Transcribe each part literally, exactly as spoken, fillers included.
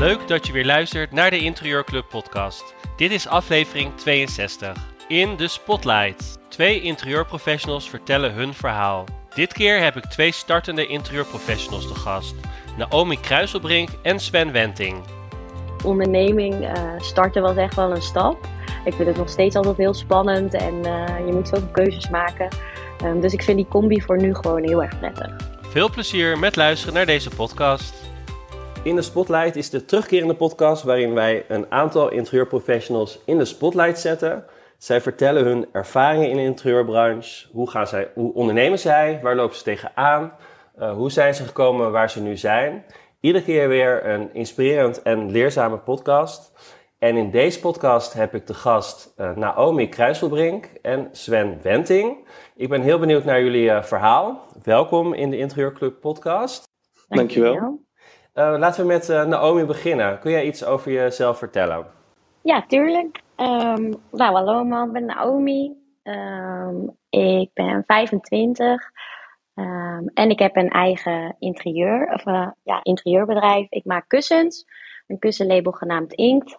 Leuk dat je weer luistert naar de Interieurclub podcast. Dit is aflevering tweeënzestig. In de Spotlight. Twee interieurprofessionals vertellen hun verhaal. Dit keer heb ik twee startende interieurprofessionals te gast. Naomi Kruiselbrink en Sven Wenting. Onderneming uh, starten was echt wel een stap. Ik vind het nog steeds altijd heel spannend en uh, je moet zoveel keuzes maken. Um, dus ik vind die combi voor nu gewoon heel erg prettig. Veel plezier met luisteren naar deze podcast. In de Spotlight is de terugkerende podcast waarin wij een aantal interieurprofessionals in de spotlight zetten. Zij vertellen hun ervaringen in de interieurbranche. Hoe, gaan zij, hoe ondernemen zij? Waar lopen ze tegenaan? Uh, hoe zijn ze gekomen waar ze nu zijn? Iedere keer weer een inspirerend en leerzame podcast. En in deze podcast heb ik de gast uh, Naomi Kruiselbrink en Sven Wenting. Ik ben heel benieuwd naar jullie uh, verhaal. Welkom in de Interieurclub podcast. Dankjewel. Uh, laten we met uh, Naomi beginnen. Kun jij iets over jezelf vertellen? Ja, tuurlijk. Um, nou, hallo allemaal, ik ben Naomi. Um, ik ben vijfentwintig. Um, en ik heb een eigen interieur, of, uh, ja, interieurbedrijf. Ik maak kussens. Een kussenlabel genaamd Inkt.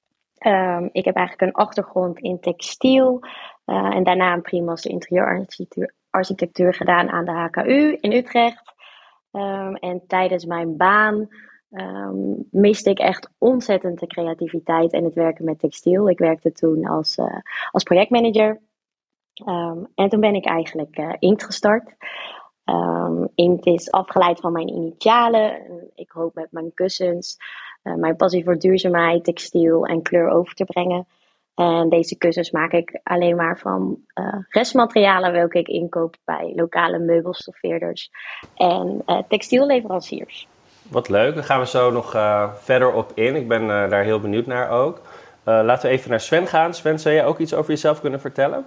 Um, ik heb eigenlijk een achtergrond in textiel. Uh, en daarna een primaster interieurarchitectuur architectuur gedaan aan de H K U in Utrecht. Um, en tijdens mijn baan um, miste ik echt ontzettend de creativiteit en het werken met textiel. Ik werkte toen als, uh, als projectmanager. Um, en toen ben ik eigenlijk uh, Inkt gestart. Um, Inkt is afgeleid van mijn initialen. Ik hoop met mijn kussens uh, mijn passie voor duurzaamheid, textiel en kleur over te brengen. En deze kussens maak ik alleen maar van uh, restmaterialen welke ik inkoop bij lokale meubelstoffeerders en uh, textielleveranciers. Wat leuk, daar gaan we zo nog uh, verder op in. Ik ben uh, daar heel benieuwd naar ook. Uh, laten we even naar Sven gaan. Sven, zou jij ook iets over jezelf kunnen vertellen?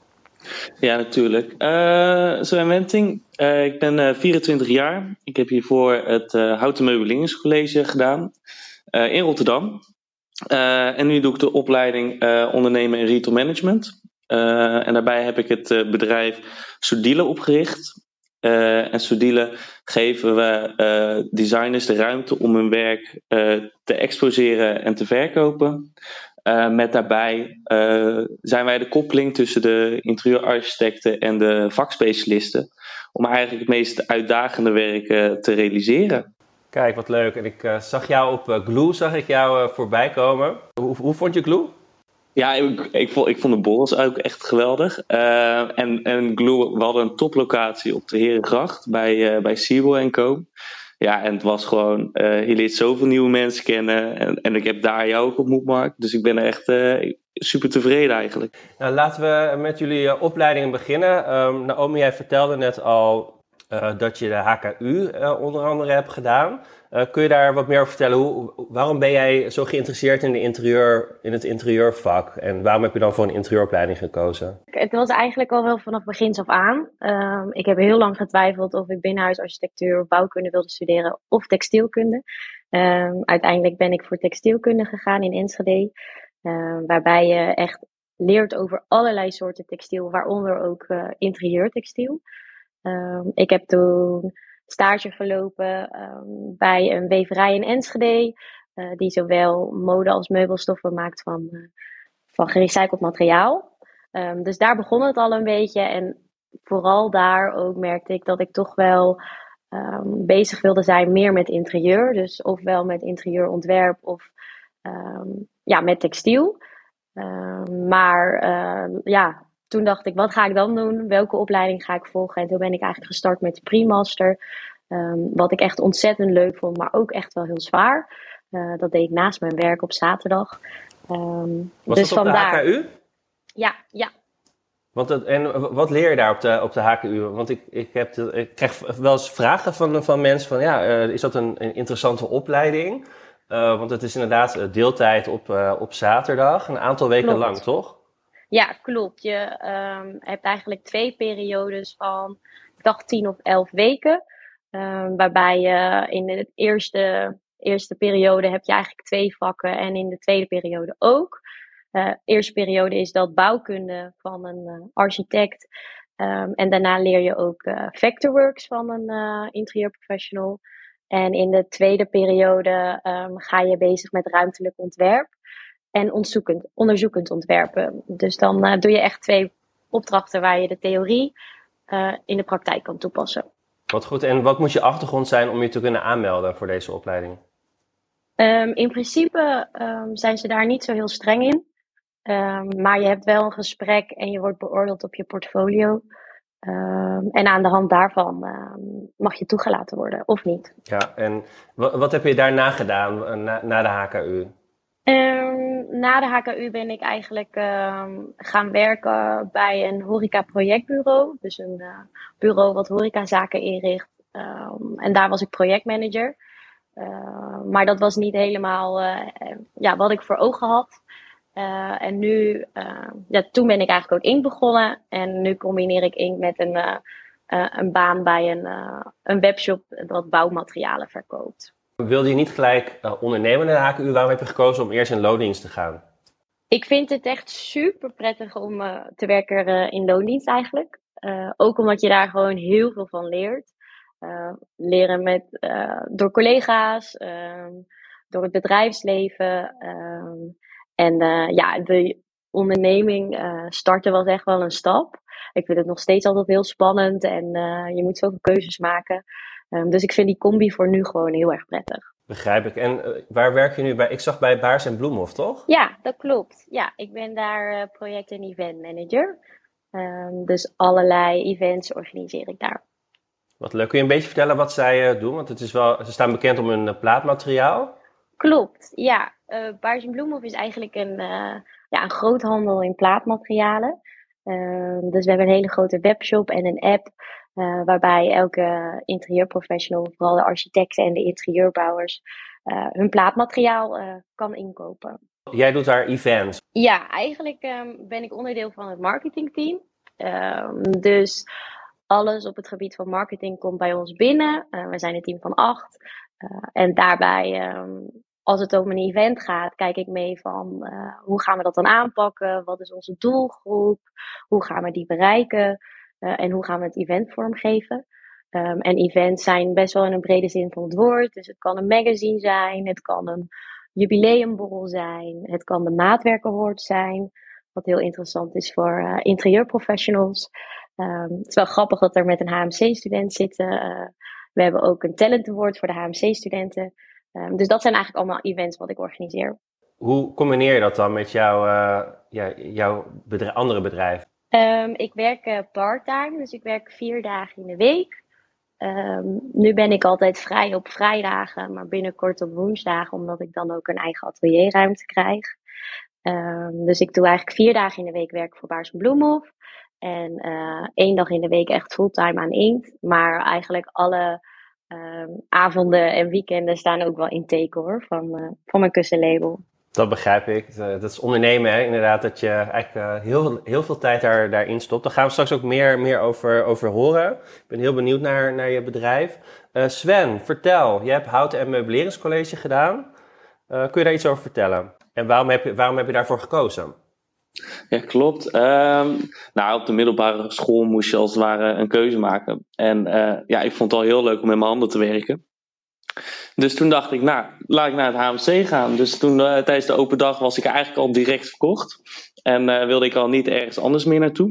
Ja, natuurlijk. Uh, Sven Wenting, uh, ik ben uh, vierentwintig jaar. Ik heb hiervoor het uh, Houten Meubelingscollege gedaan uh, in Rotterdam. Uh, en nu doe ik de opleiding uh, ondernemen en retail management. Uh, en daarbij heb ik het uh, bedrijf Sodile opgericht. Uh, en Sodile geven we uh, designers de ruimte om hun werk uh, te exposeren en te verkopen. Uh, met daarbij uh, zijn wij de koppeling tussen de interieurarchitecten en de vakspecialisten. Om eigenlijk het meest uitdagende werk uh, te realiseren. Kijk, wat leuk. En ik uh, zag jou op uh, Glue, zag ik jou uh, voorbij komen. Hoe, hoe vond je Glue? Ja, ik, ik, vond, ik vond de borrels ook echt geweldig. Uh, en, en Glue, we hadden een toplocatie op de Herengracht bij, uh, bij Siebel en Co. Ja, en het was gewoon, uh, je leert zoveel nieuwe mensen kennen. En, en ik heb daar jou ook ontmoet, Mark. Dus ik ben er echt uh, super tevreden eigenlijk. Nou, laten we met jullie uh, opleidingen beginnen. Um, Naomi, jij vertelde net al uh, dat je de H K U uh, onder andere hebt gedaan. Uh, kun je daar wat meer over vertellen? Hoe, waarom ben jij zo geïnteresseerd in, de interieur, in het interieurvak? En waarom heb je dan voor een interieuropleiding gekozen? Het was eigenlijk al wel vanaf begins af aan. Um, ik heb heel lang getwijfeld of ik binnenhuisarchitectuur of bouwkunde wilde studeren of textielkunde. Um, uiteindelijk ben ik voor textielkunde gegaan in Enschede. Um, waarbij je echt leert over allerlei soorten textiel, waaronder ook uh, interieurtextiel. Um, ik heb toen stage gelopen um, bij een weverij in Enschede. Uh, die zowel mode als meubelstoffen maakt van, uh, van gerecycled materiaal. Um, dus daar begon het al een beetje. En vooral daar ook merkte ik dat ik toch wel um, bezig wilde zijn meer met interieur. Dus ofwel met interieurontwerp of um, ja, met textiel. Um, maar uh, ja, toen dacht ik, wat ga ik dan doen? Welke opleiding ga ik volgen? En toen ben ik eigenlijk gestart met de pre-master. Um, wat ik echt ontzettend leuk vond, maar ook echt wel heel zwaar. Uh, dat deed ik naast mijn werk op zaterdag. Um, Was dus dat op vandaar... de H K U? Ja, ja. Want het, en wat leer je daar op de, op de H K U? Want ik, ik, heb de, ik krijg wel eens vragen van, van mensen van, ja, uh, is dat een, een interessante opleiding? Uh, want het is inderdaad deeltijd op, uh, op zaterdag, een aantal weken Klopt. lang, toch? Ja, klopt. Je um, hebt eigenlijk twee periodes van, ik dacht tien of elf weken. Um, waarbij je in de eerste, eerste periode heb je eigenlijk twee vakken en in de tweede periode ook. De uh, eerste periode is dat bouwkunde van een uh, architect. Um, en daarna leer je ook uh, Vectorworks van een uh, interieurprofessional. En in de tweede periode um, ga je bezig met ruimtelijk ontwerp en onderzoekend, onderzoekend ontwerpen. Dus dan uh, doe je echt twee opdrachten waar je de theorie uh, in de praktijk kan toepassen. Wat goed. En wat moet je achtergrond zijn om je te kunnen aanmelden voor deze opleiding? Um, in principe um, zijn ze daar niet zo heel streng in. Um, maar je hebt wel een gesprek en je wordt beoordeeld op je portfolio. Um, en aan de hand daarvan um, mag je toegelaten worden, of niet. Ja, en wat, wat heb je daarna gedaan, na, na de H K U? Um, na de H K U ben ik eigenlijk um, gaan werken bij een horeca-projectbureau. Dus een uh, bureau wat horecazaken inricht. Um, en daar was ik projectmanager. Uh, maar dat was niet helemaal uh, ja, wat ik voor ogen had. Uh, en nu, uh, ja, toen ben ik eigenlijk ook Inkt begonnen. En nu combineer ik Inkt met een, uh, uh, een baan bij een, uh, een webshop dat bouwmaterialen verkoopt. Wilde je niet gelijk uh, ondernemen na de H K U? Waarom heb je gekozen om eerst in loondienst te gaan? Ik vind het echt super prettig om uh, te werken uh, in loondienst eigenlijk. Uh, ook omdat je daar gewoon heel veel van leert. Uh, leren met, uh, door collega's, uh, door het bedrijfsleven. Uh, en uh, ja, de onderneming uh, starten was echt wel een stap. Ik vind het nog steeds altijd heel spannend en uh, je moet zoveel keuzes maken. Um, dus ik vind die combi voor nu gewoon heel erg prettig. Begrijp ik. En uh, waar werk je nu bij? Ik zag bij Baars en Bloemhof, toch? Ja, dat klopt. Ja, ik ben daar uh, project- en event manager. Um, dus allerlei events organiseer ik daar. Wat leuk. Kun je een beetje vertellen wat zij uh, doen? Want het is wel, ze staan bekend om hun uh, plaatmateriaal. Klopt, ja. Uh, Baars en Bloemhof is eigenlijk een, uh, ja, een groothandel in plaatmaterialen. Uh, dus we hebben een hele grote webshop en een app. Uh, waarbij elke interieurprofessional, vooral de architecten en de interieurbouwers, uh, hun plaatmateriaal uh, kan inkopen. Jij doet daar events. Ja, eigenlijk um, ben ik onderdeel van het marketingteam. Um, dus alles op het gebied van marketing komt bij ons binnen. Uh, we zijn een team van acht. Uh, en daarbij, um, als het om een event gaat, kijk ik mee van uh, hoe gaan we dat dan aanpakken? Wat is onze doelgroep? Hoe gaan we die bereiken? Uh, en hoe gaan we het event vormgeven? Um, en events zijn best wel in een brede zin van het woord. Dus het kan een magazine zijn, het kan een jubileumborrel zijn, het kan de maatwerk-award zijn, wat heel interessant is voor uh, interieurprofessionals. Um, het is wel grappig dat er met een H M C-student zitten. Uh, we hebben ook een talent award voor de H M C-studenten. Um, dus dat zijn eigenlijk allemaal events wat ik organiseer. Hoe combineer je dat dan met jouw, uh, ja, jouw bedrijf, andere bedrijf? Um, ik werk uh, part-time, dus ik werk vier dagen in de week. Um, nu ben ik altijd vrij op vrijdagen, maar binnenkort op woensdagen, omdat ik dan ook een eigen atelierruimte krijg. Um, dus ik doe eigenlijk vier dagen in de week werk voor Baars en Bloemhof. En uh, één dag in de week echt fulltime aan Inkt. Maar eigenlijk alle um, avonden en weekenden staan ook wel in teken hoor, van, uh, van mijn kussenlabel. Dat begrijp ik. Dat is ondernemen, hè? Inderdaad, dat je eigenlijk uh, heel, veel, heel veel tijd daar, daarin stopt. Daar gaan we straks ook meer, meer over, over horen. Ik ben heel benieuwd naar, naar je bedrijf. Uh, Sven, vertel. Je hebt houten- en meubeleringscollege gedaan. Uh, kun je daar iets over vertellen? En waarom heb je, waarom heb je daarvoor gekozen? Ja, klopt. Um, nou, op de middelbare school moest je als het ware een keuze maken. En uh, ja, ik vond het al heel leuk om met mijn handen te werken. Dus toen dacht ik, nou, laat ik naar het H M C gaan. Dus toen uh, tijdens de open dag was ik eigenlijk al direct verkocht. En uh, wilde ik al niet ergens anders meer naartoe.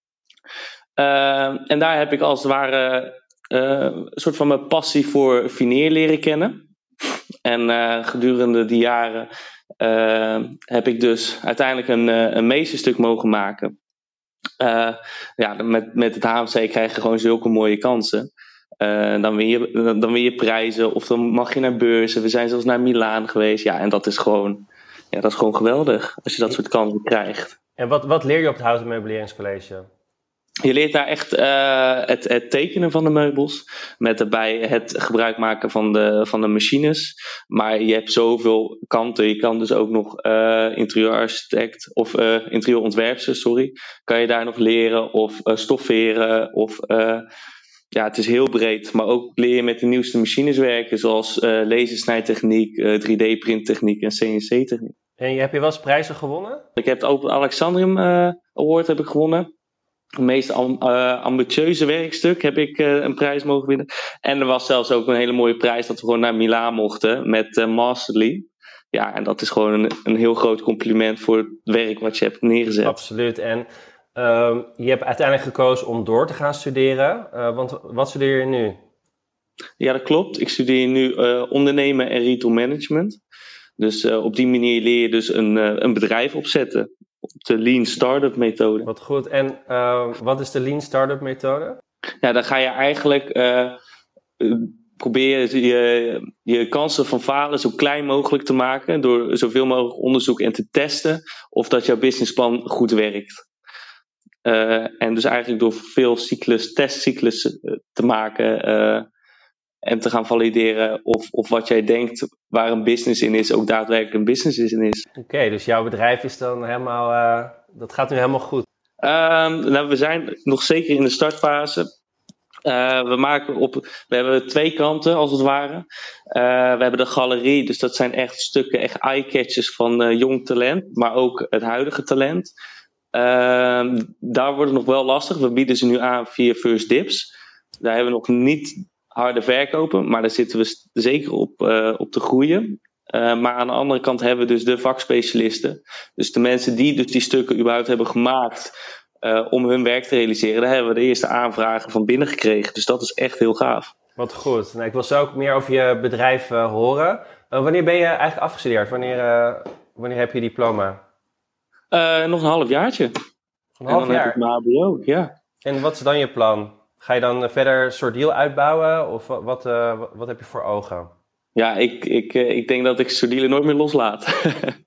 Uh, en daar heb ik als het ware uh, een soort van mijn passie voor veneer leren kennen. En uh, gedurende die jaren uh, heb ik dus uiteindelijk een, uh, een meesterstuk mogen maken. Uh, ja, met, met het H M C krijg je gewoon zulke mooie kansen. Uh, dan, win je, dan win je prijzen of dan mag je naar beurzen. We zijn zelfs naar Milaan geweest. Ja, en dat is gewoon, ja, dat is gewoon geweldig als je dat soort kansen krijgt. En wat, wat leer je op het houten meubeleringscollege? Je leert daar echt uh, het, het tekenen van de meubels. Met daarbij het gebruik maken van de, van de machines. Maar je hebt zoveel kanten. Je kan dus ook nog uh, interieurarchitect of uh, interieurontwerpster, sorry. Kan je daar nog leren of uh, stofferen of... Uh, Ja, het is heel breed, maar ook leer je met de nieuwste machines werken, zoals uh, lasersnijtechniek, uh, drie D-printtechniek en C N C-techniek. En heb je wel eens prijzen gewonnen? Ik heb het Open Alexandrium uh, Award heb ik gewonnen. meest am- uh, ambitieuze werkstuk heb ik uh, een prijs mogen winnen. En er was zelfs ook een hele mooie prijs dat we gewoon naar Milaan mochten met uh, Masterly. Ja, en dat is gewoon een, een heel groot compliment voor het werk wat je hebt neergezet. Absoluut. En uh, je hebt uiteindelijk gekozen om door te gaan studeren. Uh, want wat studeer je nu? Ja, dat klopt. Ik studeer nu uh, ondernemen en retail management. Dus uh, op die manier leer je dus een, uh, een bedrijf opzetten. Op de Lean Startup methode. Wat goed. En uh, wat is de Lean Startup methode? Ja, dan ga je eigenlijk uh, proberen je, je kansen van falen zo klein mogelijk te maken. Door zoveel mogelijk onderzoek en te testen of dat jouw businessplan goed werkt. Uh, en dus eigenlijk door veel cyclus, testcyclus te maken uh, en te gaan valideren of, of wat jij denkt waar een business in is, ook daadwerkelijk een business in is. Oké, okay, dus jouw bedrijf is dan helemaal, uh, dat gaat nu helemaal goed? Uh, nou, we zijn nog zeker in de startfase. Uh, we, maken op, we hebben twee kanten als het ware. Uh, we hebben de galerie, dus dat zijn echt stukken, echt eye-catchers van uh, jong talent, maar ook het huidige talent. Uh, daar wordt het nog wel lastig. We bieden ze nu aan via First Dips. Daar hebben we nog niet harde verkopen, maar daar zitten we zeker op, uh, op te groeien. Uh, maar aan de andere kant hebben we dus de vakspecialisten. Dus de mensen die dus die stukken überhaupt hebben gemaakt uh, om hun werk te realiseren, daar hebben we de eerste aanvragen van binnen gekregen. Dus dat is echt heel gaaf. Wat goed. Nou, ik wil zo ook meer over je bedrijf uh, horen. Uh, wanneer ben je eigenlijk afgestudeerd? Wanneer, uh, wanneer heb je diploma? Uh, nog een halfjaartje. Een half en dan jaar? heb ik mijn H B O, ja. En wat is dan je plan? Ga je dan verder een soort deal uitbouwen? Of wat, wat, uh, wat heb je voor ogen? Ja, ik, ik, ik denk dat ik Sordiele nooit meer loslaat.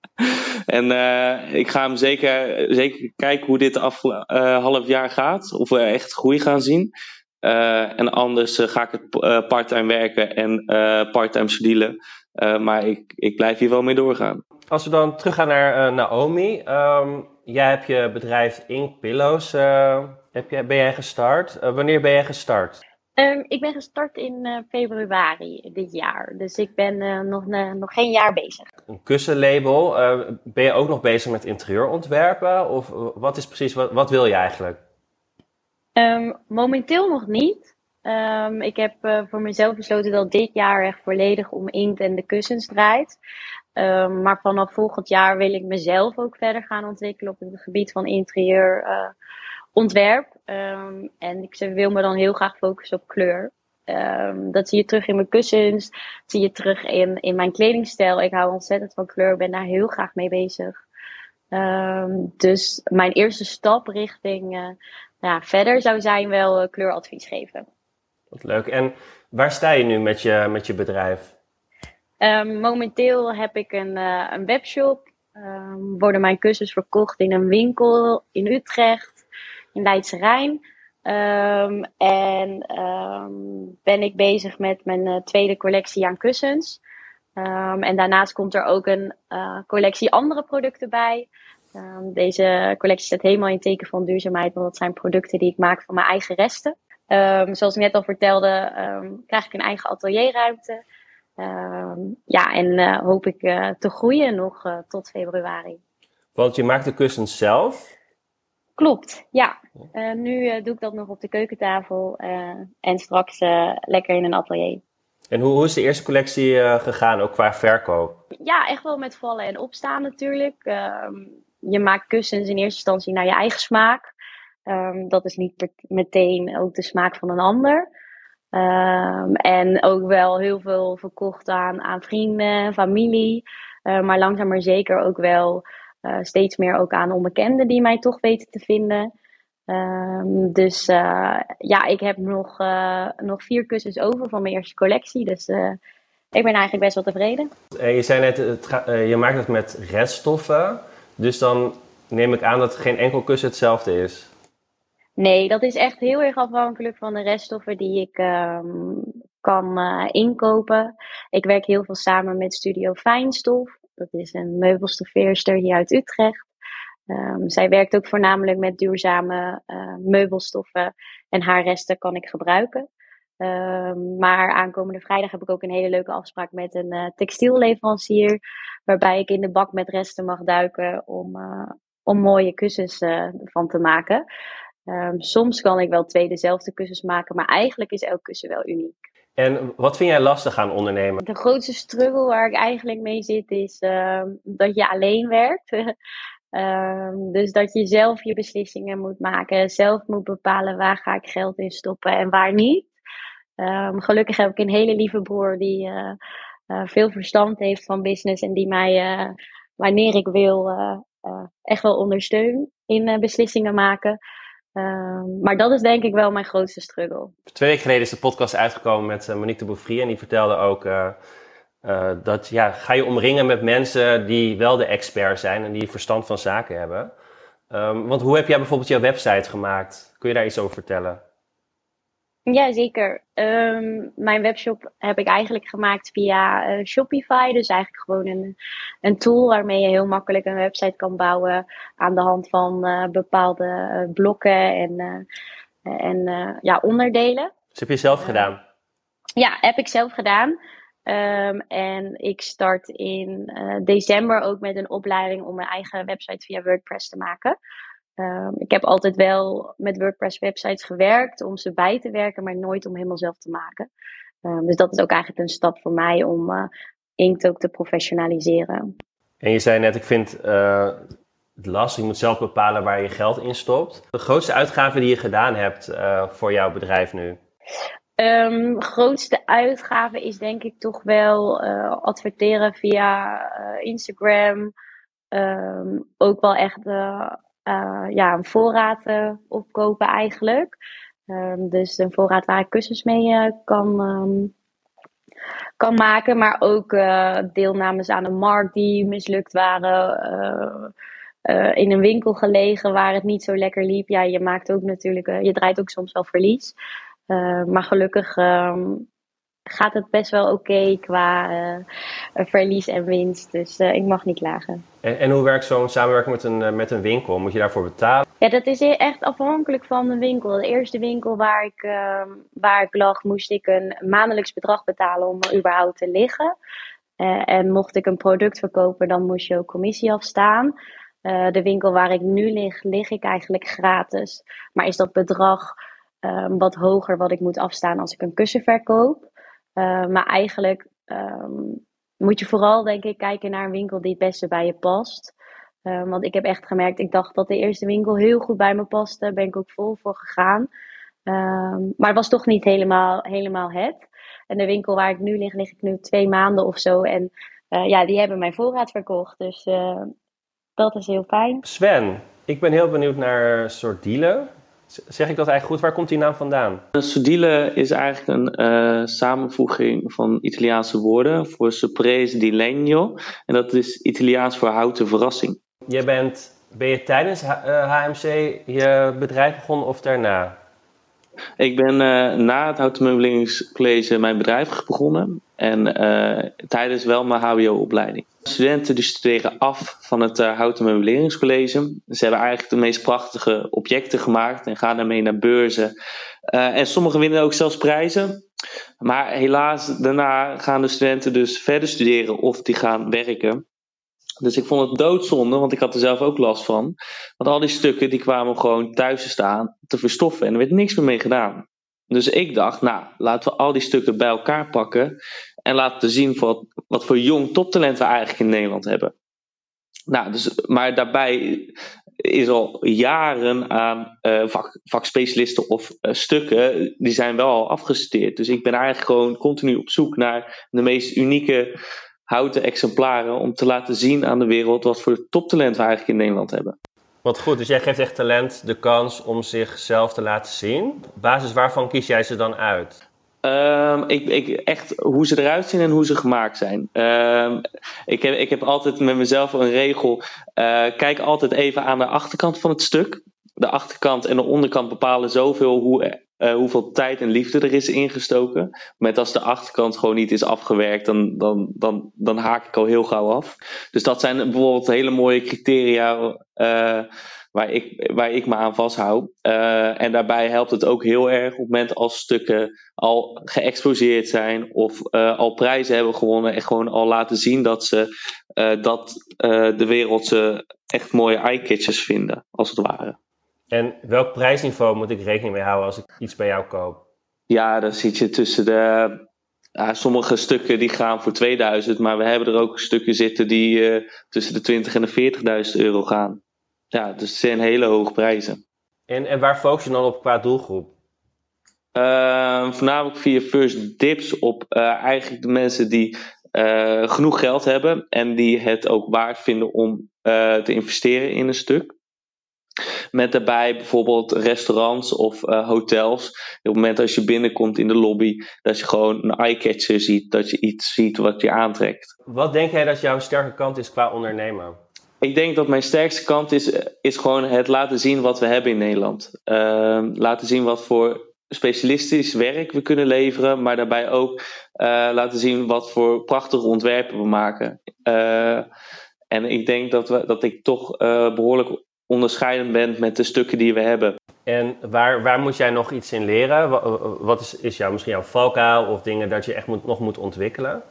en uh, ik ga hem zeker, zeker kijken hoe dit af uh, half jaar gaat. Of we echt groei gaan zien. Uh, en anders uh, ga ik het uh, parttime werken en uh, parttime Sordielen. Uh, maar ik, ik blijf hier wel mee doorgaan. Als we dan teruggaan naar uh, Naomi. Um, jij hebt je bedrijf Ink Pillows. Uh, heb jij, ben jij gestart? Uh, wanneer ben jij gestart? Um, ik ben gestart in uh, februari dit jaar. Dus ik ben uh, nog, uh, nog geen jaar bezig. Een kussenlabel. Uh, ben je ook nog bezig met interieurontwerpen? Of wat is precies, wat, wat wil je eigenlijk? Um, momenteel nog niet. Um, ik heb uh, voor mezelf besloten dat dit jaar echt volledig om inkt en de kussens draait. Um, maar vanaf volgend jaar wil ik mezelf ook verder gaan ontwikkelen op het gebied van interieurontwerp. Uh, um, en ik wil me dan heel graag focussen op kleur. Um, dat zie je terug in mijn kussens, dat zie je terug in, in mijn kledingstijl. Ik hou ontzettend van kleur, ben daar heel graag mee bezig. Um, dus mijn eerste stap richting uh, ja, verder zou zijn wel uh, kleuradvies geven. Wat leuk. En waar sta je nu met je, met je bedrijf? Um, momenteel heb ik een, uh, een webshop. Um, worden mijn kussens verkocht in een winkel in Utrecht, in Leidse Rijn. Um, en um, ben ik bezig met mijn uh, tweede collectie aan kussens. Um, en daarnaast komt er ook een uh, collectie andere producten bij. Um, deze collectie staat helemaal in teken van duurzaamheid, want dat zijn producten die ik maak van mijn eigen resten. Um, zoals ik net al vertelde, um, krijg ik een eigen atelierruimte. Um, ja, en uh, hoop ik uh, te groeien nog uh, tot februari. Want je maakt de kussens zelf? Klopt, ja. Uh, nu uh, doe ik dat nog op de keukentafel uh, en straks uh, lekker in een atelier. En hoe, hoe is de eerste collectie uh, gegaan, ook qua verkoop? Ja, echt wel met vallen en opstaan natuurlijk. Um, je maakt kussens in eerste instantie naar je eigen smaak. Um, dat is niet per- meteen ook de smaak van een ander. Um, en ook wel heel veel verkocht aan, aan vrienden, familie. Uh, maar langzaam maar zeker ook wel uh, steeds meer ook aan onbekenden die mij toch weten te vinden. Um, dus uh, ja, ik heb nog, uh, nog vier kussens over van mijn eerste collectie. Dus uh, ik ben eigenlijk best wel tevreden. Uh, je zei net, het ga, uh, je maakt het met reststoffen. Dus dan neem ik aan dat geen enkel kussen hetzelfde is. Nee, dat is echt heel erg afhankelijk van de reststoffen die ik um, kan uh, inkopen. Ik werk heel veel samen met Studio Fijnstof. Dat is een meubelstoffeerster hier uit Utrecht. Um, zij werkt ook voornamelijk met duurzame uh, meubelstoffen en haar resten kan ik gebruiken. Um, maar aankomende vrijdag heb ik ook een hele leuke afspraak met een uh, textielleverancier, waarbij ik in de bak met resten mag duiken om, uh, om mooie kussens uh, van te maken. Um, soms kan ik wel twee dezelfde kussens maken, maar eigenlijk is elk kussen wel uniek. En wat vind jij lastig aan ondernemen? De grootste struggle waar ik eigenlijk mee zit is uh, dat je alleen werkt. um, dus dat je zelf je beslissingen moet maken. Zelf moet bepalen waar ga ik geld in stoppen en waar niet. Um, gelukkig heb ik een hele lieve broer die uh, uh, veel verstand heeft van business. En die mij, uh, wanneer ik wil, uh, uh, echt wel ondersteunt in uh, beslissingen maken. Um, maar dat is denk ik wel mijn grootste struggle. Twee weken geleden is de podcast uitgekomen met uh, Monique de Beaufry. En die vertelde ook uh, uh, dat ja, ga je omringen met mensen die wel de expert zijn en die verstand van zaken hebben. Um, want hoe heb jij bijvoorbeeld jouw website gemaakt? Kun je daar iets over vertellen? Ja, zeker. Um, mijn webshop heb ik eigenlijk gemaakt via uh, Shopify. Dus eigenlijk gewoon een, een tool waarmee je heel makkelijk een website kan bouwen aan de hand van uh, bepaalde uh, blokken en, uh, en uh, ja, onderdelen. Dus heb je zelf uh, gedaan? Ja, heb ik zelf gedaan. Um, en ik start in uh, december ook met een opleiding om mijn eigen website via WordPress te maken. Um, ik heb altijd wel met WordPress websites gewerkt om ze bij te werken, maar nooit om helemaal zelf te maken. Um, dus dat is ook eigenlijk een stap voor mij om uh, Inkt ook te professionaliseren. En je zei net, ik vind uh, het lastig, je moet zelf bepalen waar je geld in stopt. De grootste uitgave die je gedaan hebt uh, voor jouw bedrijf nu? Um, grootste uitgave is denk ik toch wel uh, adverteren via uh, Instagram. Um, ook wel echt uh, uh, ja, een voorraad uh, opkopen eigenlijk. Um, dus een voorraad waar ik kussens mee uh, kan, um, kan maken. Maar ook uh, deelnames aan een markt die mislukt waren. Uh, uh, in een winkel gelegen waar het niet zo lekker liep. Ja, je maakt ook natuurlijk, uh, je draait ook soms wel verlies. Uh, maar gelukkig um, gaat het best wel oké okay qua uh, verlies en winst. Dus uh, ik mag niet klagen. En, en hoe werkt zo'n samenwerking met een, met een winkel? Moet je daarvoor betalen? Ja, dat is echt afhankelijk van de winkel. De eerste winkel waar ik, uh, waar ik lag, moest ik een maandelijks bedrag betalen om er überhaupt te liggen. Uh, en mocht ik een product verkopen, dan moest je ook commissie afstaan. Uh, de winkel waar ik nu lig, lig ik eigenlijk gratis. Maar is dat bedrag um, wat hoger wat ik moet afstaan als ik een kussen verkoop? Uh, maar eigenlijk um, moet je vooral denk ik kijken naar een winkel die het beste bij je past. Uh, want ik heb echt gemerkt, ik dacht dat de eerste winkel heel goed bij me paste. Daar ben ik ook vol voor gegaan. Um, maar het was toch niet helemaal, helemaal het. En de winkel waar ik nu lig, lig ik nu twee maanden of zo. En uh, ja, die hebben mijn voorraad verkocht. Dus uh, dat is heel fijn. Sven, ik ben heel benieuwd naar Sordile. Zeg ik dat eigenlijk goed? Waar komt die naam vandaan? Sordile is eigenlijk een uh, samenvoeging van Italiaanse woorden voor sorpresa di legno. En dat is Italiaans voor houten verrassing. Je bent, ben je tijdens H- uh, H M C je bedrijf begonnen of daarna? Ik ben uh, na het Houten Meubeleringscollege mijn bedrijf begonnen. En uh, tijdens wel mijn H B O-opleiding. Studenten die studeren af van het uh, Houten Meubeleringscollege. Ze hebben eigenlijk de meest prachtige objecten gemaakt en gaan daarmee naar beurzen. Uh, en sommigen winnen ook zelfs prijzen. Maar helaas, daarna gaan de studenten dus verder studeren of die gaan werken. Dus ik vond het doodzonde, want ik had er zelf ook last van. Want al die stukken die kwamen gewoon thuis te staan, te verstoffen en er werd niks meer mee gedaan. Dus ik dacht, nou, laten we al die stukken bij elkaar pakken en laten zien wat, wat voor jong toptalent we eigenlijk in Nederland hebben. Nou, dus, maar daarbij is al jaren aan uh, vak, vakspecialisten of uh, stukken, die zijn wel al afgestudeerd. Dus ik ben eigenlijk gewoon continu op zoek naar de meest unieke houten exemplaren om te laten zien aan de wereld wat voor toptalent we eigenlijk in Nederland hebben. Wat goed, dus jij geeft echt talent de kans om zichzelf te laten zien. Op basis waarvan kies jij ze dan uit? Um, ik, ik, echt hoe ze eruit zien en hoe ze gemaakt zijn. Um, ik, heb, ik heb altijd met mezelf een regel. Uh, kijk altijd even aan de achterkant van het stuk. De achterkant en de onderkant bepalen zoveel hoe, uh, hoeveel tijd en liefde er is ingestoken. Met als de achterkant gewoon niet is afgewerkt, dan, dan, dan, dan haak ik al heel gauw af. Dus dat zijn bijvoorbeeld hele mooie criteria uh, waar, ik, waar ik me aan vasthoud. Uh, en daarbij helpt het ook heel erg op het moment als stukken al geëxposeerd zijn of uh, al prijzen hebben gewonnen en gewoon al laten zien dat ze uh, dat uh, de wereld ze echt mooie eye-catchers vinden, als het ware. En welk prijsniveau moet ik rekening mee houden als ik iets bij jou koop? Ja, dan zit je tussen de... Ja, sommige stukken die gaan voor tweeduizend, maar we hebben er ook stukken zitten die uh, tussen de twintig en de veertigduizend euro gaan. Ja, dus het zijn hele hoge prijzen. En, en waar focus je dan op qua doelgroep? Uh, voornamelijk via First Dips op uh, eigenlijk de mensen die uh, genoeg geld hebben en die het ook waard vinden om uh, te investeren in een stuk. Met daarbij bijvoorbeeld restaurants of uh, hotels. Op het moment als je binnenkomt in de lobby, dat je gewoon een eye-catcher ziet, dat je iets ziet wat je aantrekt. Wat denk jij dat jouw sterke kant is qua ondernemen? Ik denk dat mijn sterkste kant is, is gewoon het laten zien wat we hebben in Nederland. Uh, laten zien wat voor specialistisch werk we kunnen leveren, maar daarbij ook uh, laten zien wat voor prachtige ontwerpen we maken. Uh, en ik denk dat, we, dat ik toch uh, behoorlijk onderscheidend ben met de stukken die we hebben. En waar, waar moet jij nog iets in leren? Wat is, is jou, misschien jouw valkuil of dingen dat je echt moet, nog moet ontwikkelen?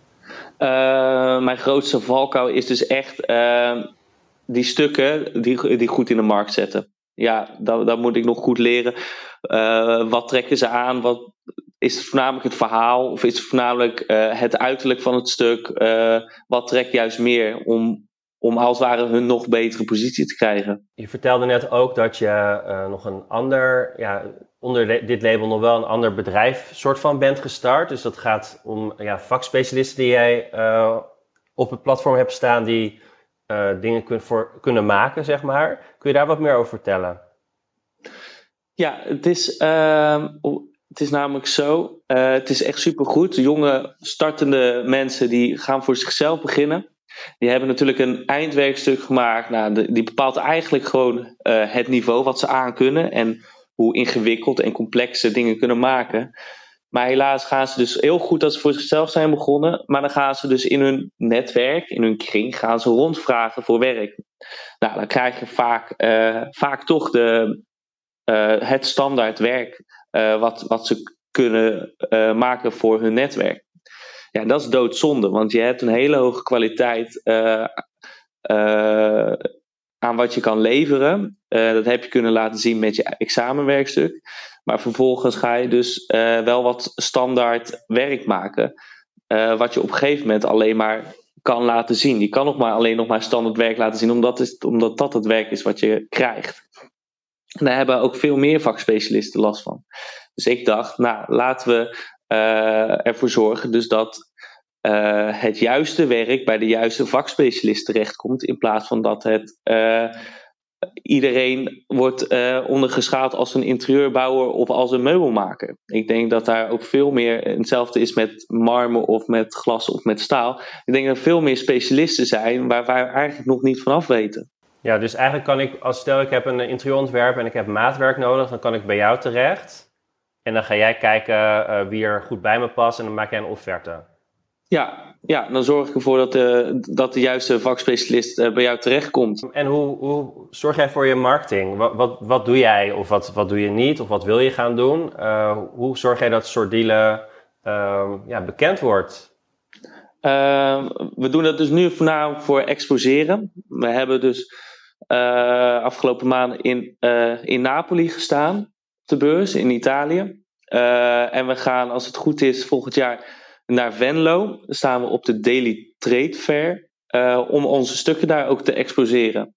Uh, mijn grootste valkuil is dus echt uh, die stukken die, die goed in de markt zetten. Ja, dat, dat moet ik nog goed leren. Uh, wat trekken ze aan? Wat, is het voornamelijk het verhaal? Of is het voornamelijk uh, het uiterlijk van het stuk? Uh, wat trekt juist meer om, om als het ware hun nog betere positie te krijgen? Je vertelde net ook dat je uh, nog een ander, ja, onder de, dit label nog wel een ander bedrijf soort van bent gestart. Dus dat gaat om ja, vakspecialisten die jij uh, op het platform hebt staan die uh, dingen kun, voor, kunnen maken, zeg maar. Kun je daar wat meer over vertellen? Ja, het is, uh, het is namelijk zo. Uh, het is echt supergoed. Jonge startende mensen die gaan voor zichzelf beginnen. Die hebben natuurlijk een eindwerkstuk gemaakt. Nou, de, die bepaalt eigenlijk gewoon uh, het niveau wat ze aan kunnen. En hoe ingewikkeld en complex ze dingen kunnen maken. Maar helaas gaan ze dus heel goed dat ze voor zichzelf zijn begonnen. Maar dan gaan ze dus in hun netwerk, in hun kring, gaan ze rondvragen voor werk. Nou, dan krijg je vaak, uh, vaak toch de, uh, het standaard werk uh, wat, wat ze kunnen uh, maken voor hun netwerk. Ja, dat is doodzonde, want je hebt een hele hoge kwaliteit uh, uh, aan wat je kan leveren. Uh, dat heb je kunnen laten zien met je examenwerkstuk. Maar vervolgens ga je dus uh, wel wat standaard werk maken. Uh, wat je op een gegeven moment alleen maar kan laten zien. Je kan nog maar alleen nog maar standaard werk laten zien, omdat, is, omdat dat het werk is wat je krijgt. En daar hebben ook veel meer vakspecialisten last van. Dus ik dacht, nou, laten we uh, ervoor zorgen dus dat uh, het juiste werk bij de juiste vakspecialist terechtkomt, in plaats van dat het uh, iedereen wordt uh, ondergeschaald als een interieurbouwer of als een meubelmaker. Ik denk dat daar ook veel meer, hetzelfde is met marmer of met glas of met staal. Ik denk dat er veel meer specialisten zijn waar wij eigenlijk nog niet vanaf weten. Ja, dus eigenlijk kan ik, als stel ik heb een interieurontwerp en ik heb maatwerk nodig, dan kan ik bij jou terecht. En dan ga jij kijken uh, wie er goed bij me past en dan maak jij een offerte. Ja, ja, dan zorg ik ervoor dat de, dat de juiste vakspecialist uh, bij jou terechtkomt. En hoe, hoe zorg jij voor je marketing? Wat, wat, wat doe jij of wat, wat doe je niet of wat wil je gaan doen? Uh, hoe zorg jij dat soort dealen uh, ja, bekend wordt? Uh, we doen dat dus nu voornamelijk voor exposeren. We hebben dus uh, afgelopen maanden in, uh, in Napoli gestaan, op de beurs in Italië. Uh, en we gaan, als het goed is, volgend jaar naar Venlo. Dan staan we op de Daily Trade Fair uh, om onze stukken daar ook te exposeren.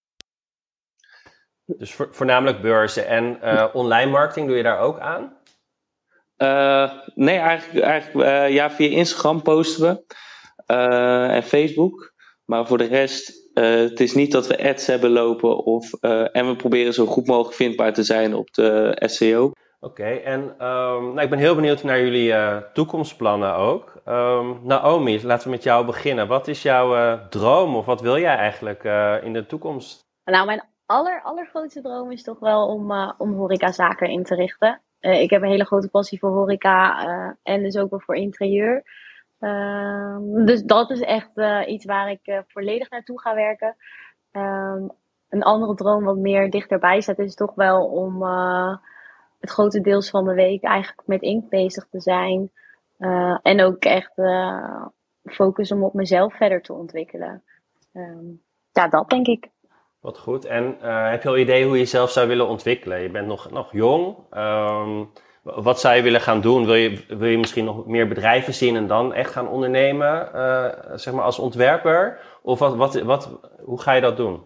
Dus vo- voornamelijk beurzen en uh, online marketing doe je daar ook aan? Uh, nee, eigenlijk, eigenlijk uh, ja, via Instagram posten we uh, en Facebook. Maar voor de rest, uh, het is niet dat we ads hebben lopen of, uh, en we proberen zo goed mogelijk vindbaar te zijn op de S E O. Oké, okay, en um, nou, ik ben heel benieuwd naar jullie uh, toekomstplannen ook. Um, Naomi, laten we met jou beginnen. Wat is jouw uh, droom of wat wil jij eigenlijk uh, in de toekomst? Nou, mijn aller, allergrootste droom is toch wel om, uh, om horecazaken in te richten. Uh, ik heb een hele grote passie voor horeca uh, en dus ook wel voor interieur. Uh, dus dat is echt uh, iets waar ik uh, volledig naartoe ga werken. Um, een andere droom wat meer dichterbij staat is toch wel om uh, het grote deels van de week eigenlijk met inkt bezig te zijn. Uh, en ook echt uh, focus om op mezelf verder te ontwikkelen. Um, ja, dat denk ik. Wat goed. En uh, heb je al idee hoe je jezelf zou willen ontwikkelen? Je bent nog, nog jong. Um, wat zou je willen gaan doen? Wil je, wil je misschien nog meer bedrijven zien en dan echt gaan ondernemen, uh, zeg maar als ontwerper? Of wat, wat, wat, hoe ga je dat doen?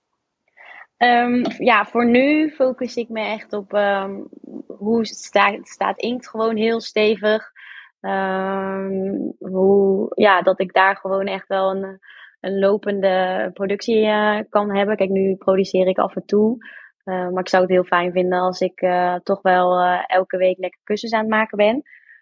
Um, ja, voor nu focus ik me echt op um, hoe staat, staat inkt gewoon heel stevig. Um, hoe, ja, dat ik daar gewoon echt wel een, een lopende productie uh, kan hebben. Kijk, nu produceer ik af en toe. Uh, maar ik zou het heel fijn vinden als ik uh, toch wel uh, elke week lekker kussens aan het maken ben.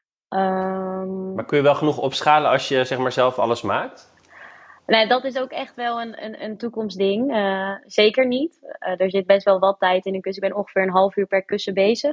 Um, maar kun je wel genoeg opschalen als je zeg maar zelf alles maakt? Nee, dat is ook echt wel een, een, een toekomstding. Uh, zeker niet. Uh, er zit best wel wat tijd in een kussen. Ik ben ongeveer een half uur per kussen bezig.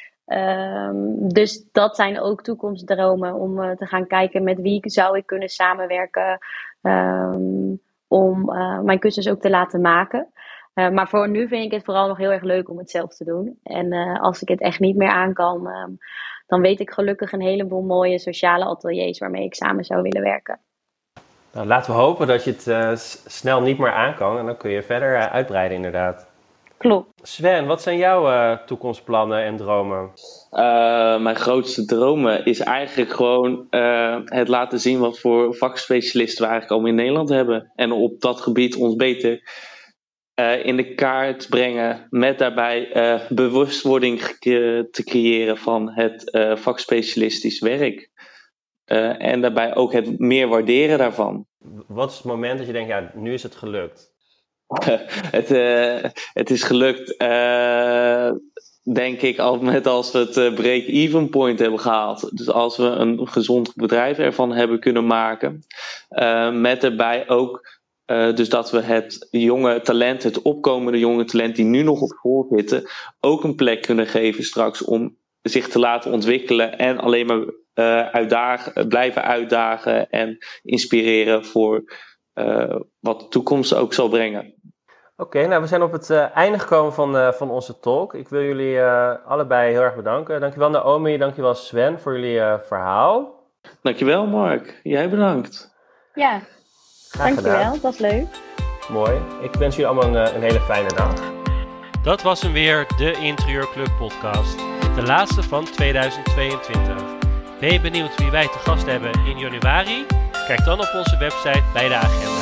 Um, dus dat zijn ook toekomstdromen. Om uh, te gaan kijken met wie zou ik kunnen samenwerken. Um, om uh, mijn kussens ook te laten maken. Uh, maar voor nu vind ik het vooral nog heel erg leuk om het zelf te doen. En uh, als ik het echt niet meer aan kan, um, dan weet ik gelukkig een heleboel mooie sociale ateliers waarmee ik samen zou willen werken. Nou, laten we hopen dat je het uh, s- snel niet meer aan kan en dan kun je verder uh, uitbreiden inderdaad. Klopt. Sven, wat zijn jouw uh, toekomstplannen en dromen? Uh, mijn grootste dromen is eigenlijk gewoon uh, het laten zien wat voor vakspecialisten we eigenlijk allemaal in Nederland hebben. En op dat gebied ons beter uh, in de kaart brengen met daarbij uh, bewustwording ge- te creëren van het uh, vakspecialistisch werk. Uh, en daarbij ook het meer waarderen daarvan. Wat is het moment dat je denkt, ja, nu is het gelukt? het, uh, het is gelukt, uh, denk ik, al met als we het uh, break-even point hebben gehaald. Dus als we een gezond bedrijf ervan hebben kunnen maken. Uh, met erbij ook, uh, dus dat we het jonge talent, het opkomende jonge talent die nu nog op school zitten, ook een plek kunnen geven straks om zich te laten ontwikkelen en alleen maar uh, uitdagen, blijven uitdagen en inspireren voor uh, wat de toekomst ook zal brengen. Oké, okay, nou we zijn op het uh, einde gekomen van, uh, van onze talk. Ik wil jullie uh, allebei heel erg bedanken. Dankjewel Naomi, dankjewel Sven voor jullie uh, verhaal. Dankjewel Mark, jij bedankt. Ja, graag dankjewel, gedaan. Dat was leuk. Mooi, ik wens jullie allemaal een, een hele fijne dag. Dat was hem weer, de Interieurclub podcast. De laatste van tweeduizend tweeëntwintig. Ben je benieuwd wie wij te gast hebben in januari? Kijk dan op onze website bij de agenda.